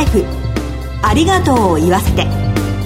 ライフ、ありがとうを言わせて。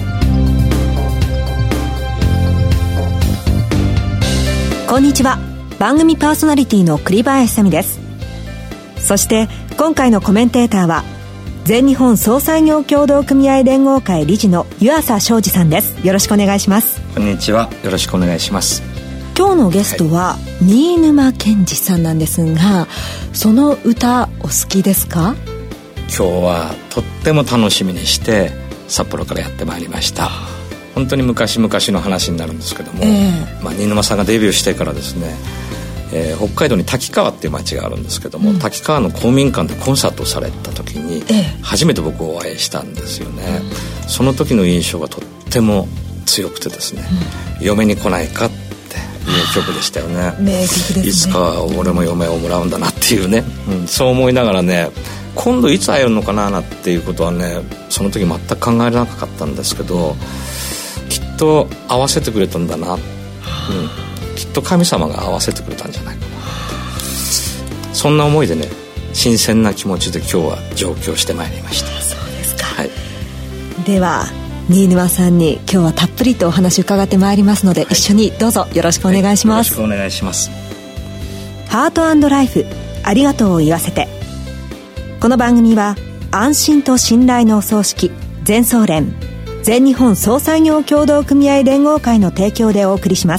こんにちは。番組パーソナリティの栗林さみです。そして今回のコメンテーターは全日本総裁業協同組合連合会理事の湯浅昌司さんです。よろしくお願いします。 こんにちは、よろしくお願いします。 今日のゲストは、新沼謙治さんなんですが、その歌お好きですか？ 今日はとっても楽しみにして札幌からやってまいりました。本当に昔々の話になるんですけども、新沼さんがデビューしてからですね、北海道に滝川っていう町があるんですけども、滝川の公民館でコンサートをされた時に、初めて僕をお会いしたんですよね。その時の印象がとっても強くてですね、嫁に来ないかっていう曲でしたよね。 名曲ですね。 いつかは俺も嫁をもらうんだなっていうね、そう思いながらね、今度いつ会えるのかなっていうことはね、その時全く考えられなかったんですけど、きっと合わせてくれたんだな、きっと神様が合わせてくれたんじゃないかな、そんな思いでね、新鮮な気持ちで今日は上京してまいりました。 そうですか、 はい、 では新沼さんに今日はたっぷりとお話伺ってまいりますので、一緒にどうぞよろしくお願いします。 よろしくお願いします。 ハート&ライフ、ありがとうを言わせて。この番組は安心と信頼のお葬式全総連、全日本総裁業協同組合連合会の提供でお送りします。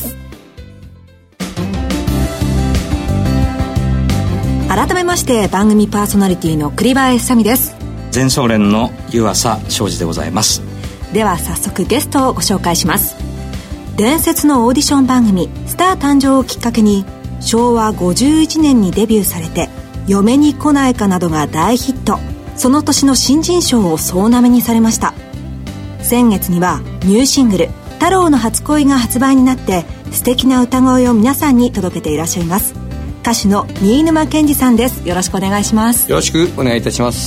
改めまして番組パーソナリティの栗林さみです。 全総連の湯浅昌司でございます。 では早速ゲストをご紹介します。伝説のオーディション番組スター誕生をきっかけに昭和51年にデビューされて、嫁に来ないかなどが大ヒット。その年の新人賞を総なめにされました。先月にはニューシングル太郎の初恋が発売になって、素敵な歌声を皆さんに届けていらっしゃいます。歌手の新沼謙治さんです。よろしくお願いします。 よろしくお願いいたします。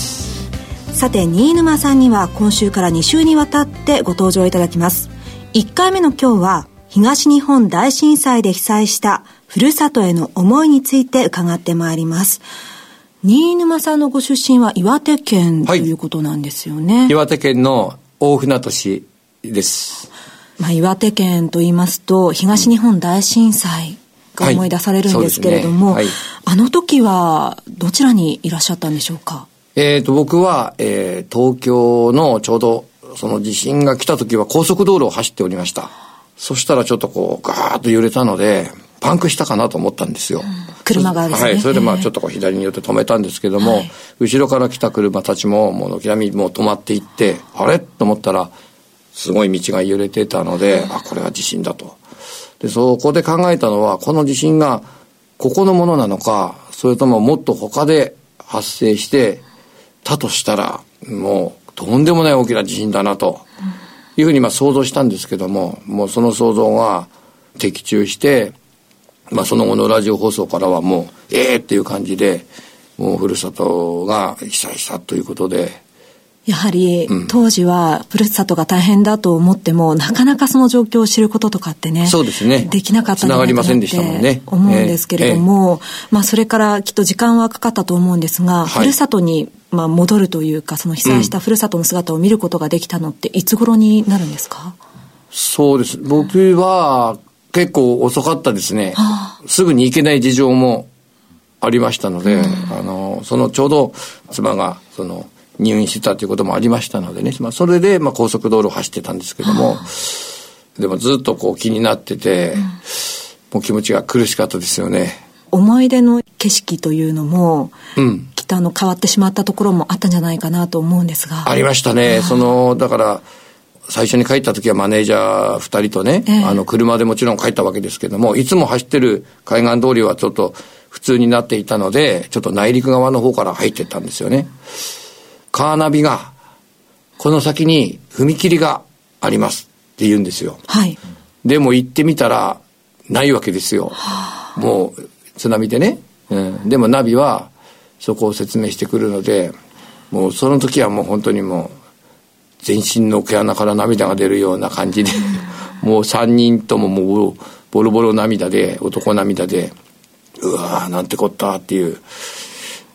さて、新沼さんには今週から2週にわたってご登場いただきます。1回目の今日は東日本大震災で被災したふるさとへの思いについて伺ってまいります。新沼さんのご出身は岩手県ということなんですよね。 岩手県の大船渡市です。 岩手県と言いますと東日本大震災が思い出されるんですけれども、あの時はどちらにいらっしゃったんでしょうか？ 僕は、東京のちょうどその地震が来た時は高速道路を走っておりました。そしたらちょっとこうガーッと揺れたのでパンクしたかなと思ったんですよ、 車がですね。 それでちょっとこう左に寄って止めたんですけども、後ろから来た車たちももう軒並みもう止まっていって、あれと思ったらすごい道が揺れてたので、これは地震だと。でそこで考えたのは、この地震がここのものなのか、それとももっと他で発生してたとしたら、もうとんでもない大きな地震だなというふうに想像したんですけども、もうその想像が的中して、その後のラジオ放送からはもうっていう感じで、もうふるさとが被災したということで、 やはり当時はふるさとが大変だと思っても、なかなかその状況を知ることとかってね、 そうですね、 できなかったんじゃないかなって思うんですけれども、それからきっと時間はかかったと思うんですが、ふるさとに戻るというか、その被災したふるさとの姿を見ることができたのっていつ頃になるんですか？ そうです、僕は結構遅かったですね。すぐに行けない事情もありましたので、そのちょうど妻が入院してたということもありましたのでね、それで高速道路を走ってたんですけども、でもずっとこう気になってて、もう気持ちが苦しかったですよね。 思い出の景色というのも、きっと変わってしまったところもあったんじゃないかなと思うんですが。 ありましたね。だから最初に帰った時はマネージャー2人とね、車でもちろん帰ったわけですけども、いつも走ってる海岸通りはちょっと普通になっていたので、ちょっと内陸側の方から入っていったんですよね。カーナビがこの先に踏切がありますって言うんですよ。でも行ってみたらないわけですよ。もう津波でね、でもナビはそこを説明してくるので、もうその時はもう本当にもう全身の毛穴から涙が出るような感じでもう3人とももうボロボロ涙で、男涙で、うわーなんてこったっていう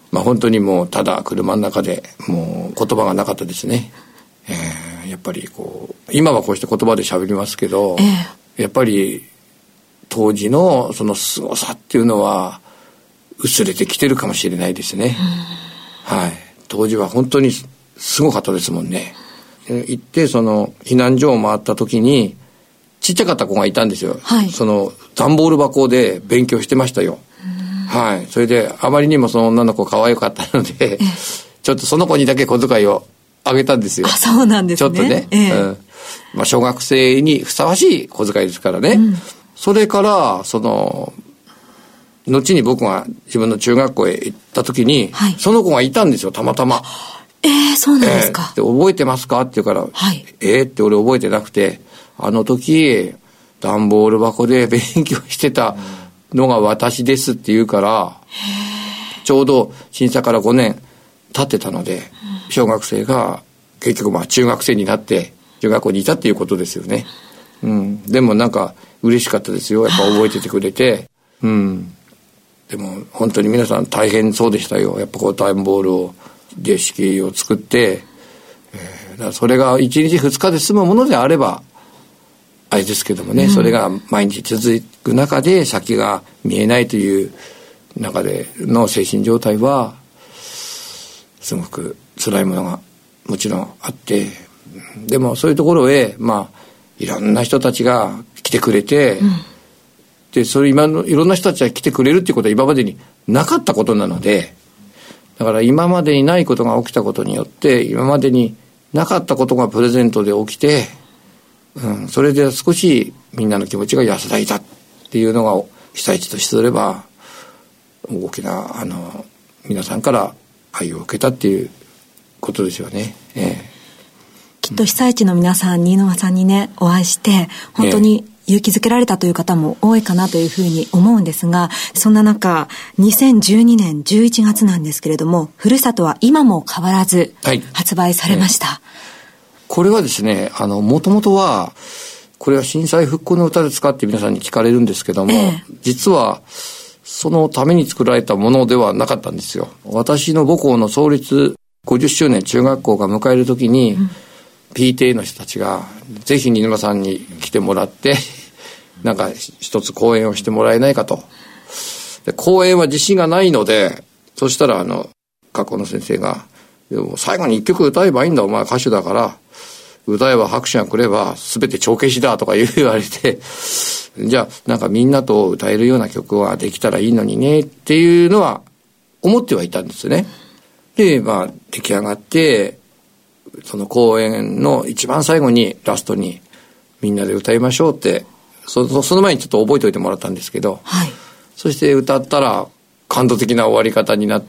本当にもうただ車の中でもう言葉がなかったですね。やっぱりこう今はこうして言葉で喋りますけど、やっぱり当時のその凄さっていうのは薄れてきてるかもしれないですね。はい。当時は本当にすごかったですもんね。行ってその避難所を回った時にちっちゃかった子がいたんですよ。はい、その段ボール箱で勉強してましたよ。はい。それであまりにもその女の子可愛かったので、ちょっとその子にだけ小遣いをあげたんですよ。 そうなんですね。 ちょっとね。小学生にふさわしい小遣いですからね。それからその後に僕が自分の中学校へ行った時に、その子がいたんですよ、たまたま。 そうなんですか。 で覚えてますかって言うから、って俺覚えてなくて、あの時段ボール箱で勉強してたのが私ですって言うから、ちょうど震災から5年経ってたので、小学生が結局中学生になって中学校にいたっていうことですよね。でもなんか嬉しかったですよ、やっぱ覚えててくれて。でも本当に皆さん大変そうでしたよ。やっぱこう段ボールで式を作って、だからそれが1日2日で済むものであればあれですけどもね、それが毎日続く中で先が見えないという中での精神状態はすごく辛いものがもちろんあって、でもそういうところへいろんな人たちが来てくれて、でそれ今のいろんな人たちが来てくれるっていうことは今までになかったことなので、だから今までにないことが起きたことによって今までになかったことがプレゼントで起きて、それで少しみんなの気持ちが安らいだっていうのが被災地とすれば大きな皆さんから愛を受けたっていうことですよね。 きっと被災地の皆さん、新沼さんにねお会いして本当に勇気づけられたという方も多いかなというふうに思うんですが、そんな中2012年11月なんですけれども、ふるさとは今も変わらず発売されました。 これはですね、もともとはこれは震災復興の歌ですかって皆さんに聞かれるんですけども、実はそのために作られたものではなかったんですよ。私の母校の創立50周年中学校が迎えるときに、PTA の人たちがぜひ新沼さんに来てもらってなんか一つ講演をしてもらえないかと。で講演は自信がないので、そしたら学校の先生が最後に一曲歌えばいいんだ、お前歌手だから歌えば拍手が来れば全て帳消しだとか言われて、じゃあなんかみんなと歌えるような曲はできたらいいのにねっていうのは思ってはいたんですね。で出来上がってその公演の一番最後にラストにみんなで歌いましょうってその前にちょっと覚えておいてもらったんですけど、そして歌ったら感動的な終わり方になって、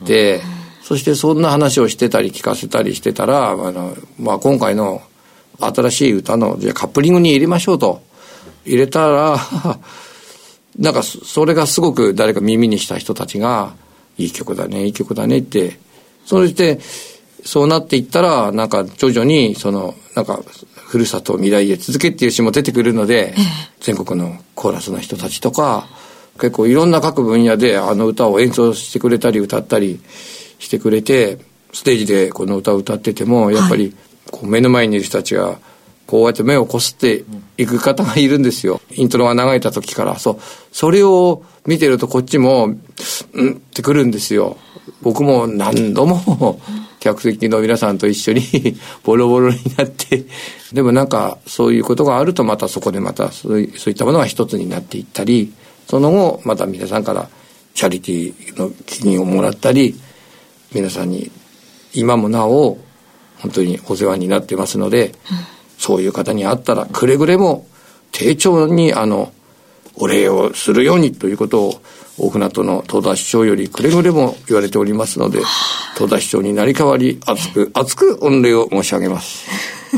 そしてそんな話をしてたり聞かせたりしてたら今回の新しい歌のじゃあカップリングに入れましょうと入れたらなんかそれがすごく誰か耳にした人たちがいい曲だねいい曲だねって、そしてそうなっていったらなんか徐々になんかふるさと未来へ続けっていう詩も出てくるので、全国のコーラスの人たちとか結構いろんな各分野で歌を演奏してくれたり歌ったりしてくれて、ステージでこの歌を歌っててもやっぱりこう目の前にいる人たちがこうやって目をこすっていく方がいるんですよ。イントロが流れた時からそれを見てるとこっちもってくるんですよ。僕も何度も客席の皆さんと一緒にボロボロになって、でもなんかそういうことがあるとまたそこでまたそういったものが一つになっていったり、その後また皆さんからチャリティーの基金をもらったり、皆さんに今もなお本当にお世話になってますので、そういう方に会ったらくれぐれも丁重にお礼をするようにということを大船渡の戸田市長よりくれぐれも言われておりますので、戸田市長になり代わり厚く御礼を申し上げます。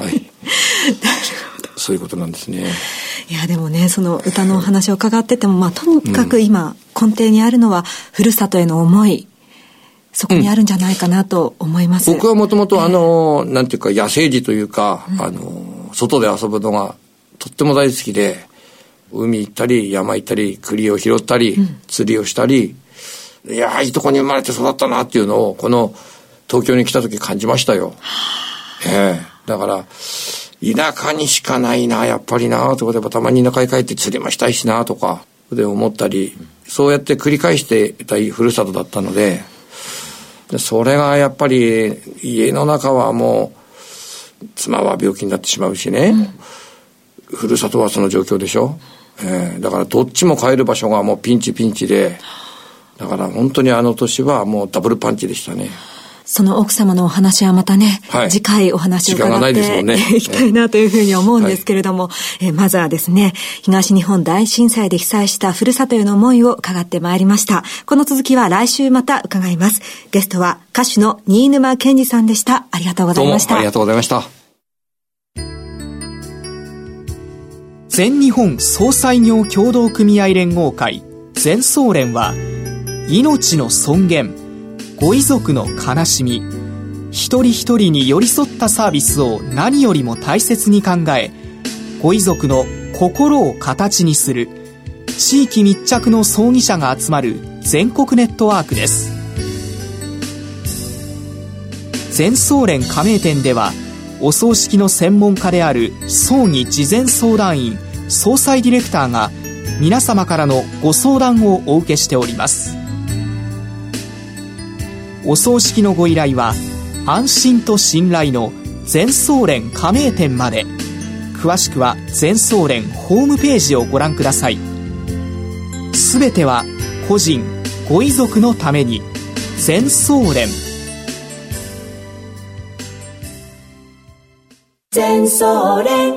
そういうことなんですね。 いやでもね、その歌のお話を伺ってても、とにかく今根底にあるのはふるさとへの思い、そこにあるんじゃないかなと思います。 僕はもともとなんていうか野生児というか、外で遊ぶのがとっても大好きで、海行ったり山行ったり栗を拾ったり、釣りをしたり、 いや、いいとこに生まれて育ったなっていうのを、この東京に来た時感じましたよ。だから、田舎にしかないな、やっぱりな、とかでたまに田舎に帰って釣りもしたいしな、とか、で思ったり、そうやって繰り返していたふるさとだったので、それがやっぱり家の中はもう、妻は病気になってしまうしね、ふるさとはその状況でしょ。だからどっちも帰る場所がもうピンチで、だから本当にあの年はもうダブルパンチでしたね。 その奥様のお話はまたね、次回お話を伺っていきたいなというふうに思うんですけれども、まずはですね、東日本大震災で被災したふるさとへの思いを伺ってまいりました。この続きは来週また伺います。ゲストは歌手の新沼謙治さんでした。ありがとうございました。 どうもありがとうございました。 全日本総裁業協同組合連合会全総連は、命の尊厳、ご遺族の悲しみ、一人一人に寄り添ったサービスを何よりも大切に考え、ご遺族の心を形にする地域密着の葬儀社が集まる全国ネットワークです。全総連加盟店では、お葬式の専門家である葬儀事前相談員、葬祭ディレクターが皆様からのご相談をお受けしております。お葬式のご依頼は安心と信頼の全総連加盟店まで。詳しくは全総連ホームページをご覧ください。すべては個人ご遺族のために。全総連。 全総連。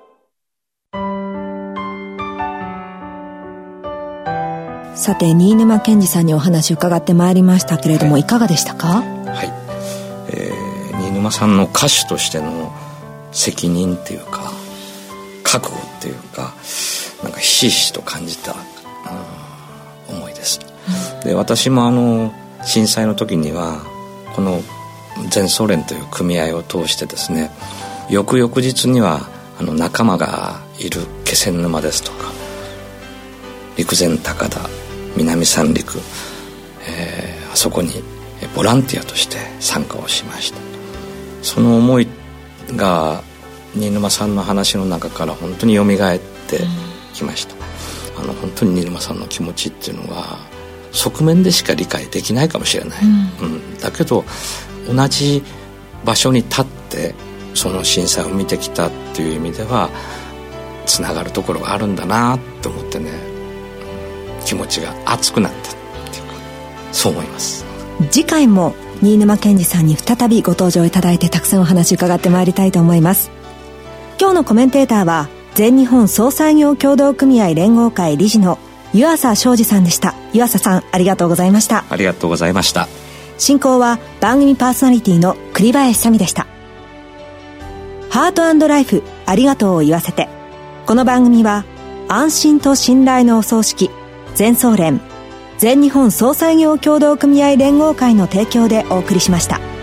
さて、新沼謙治さんにお話を伺ってまいりましたけれども、いかがでしたか？ 新沼さんの歌手としての責任っていうか覚悟っていうか、なんかひしひしと感じた思いです。で、私も震災の時にはこの全総連という組合を通してですね、翌々日には仲間がいる気仙沼ですとか陸前高田、南三陸、あそこにボランティアとして参加をしました。その思いが新沼さんの話の中から本当に蘇ってきました。本当に新沼さんの気持ちっていうのは側面でしか理解できないかもしれない、だけど同じ場所に立ってその震災を見てきたっていう意味ではつながるところがあるんだなと思ってね、気持ちが熱くなったっていうか、そう思います。 次回も新沼謙治さんに再びご登場いただいて、たくさんお話伺ってまいりたいと思います。今日のコメンテーターは全日本総裁業協同組合連合会理事の湯浅昌司さんでした。湯浅さん、ありがとうございました。 ありがとうございました。 進行は番組パーソナリティの栗林さみでした。ハート&ライフ、ありがとうを言わせて。この番組は安心と信頼のお葬式全総連、全日本総裁業協同組合連合会の提供でお送りしました。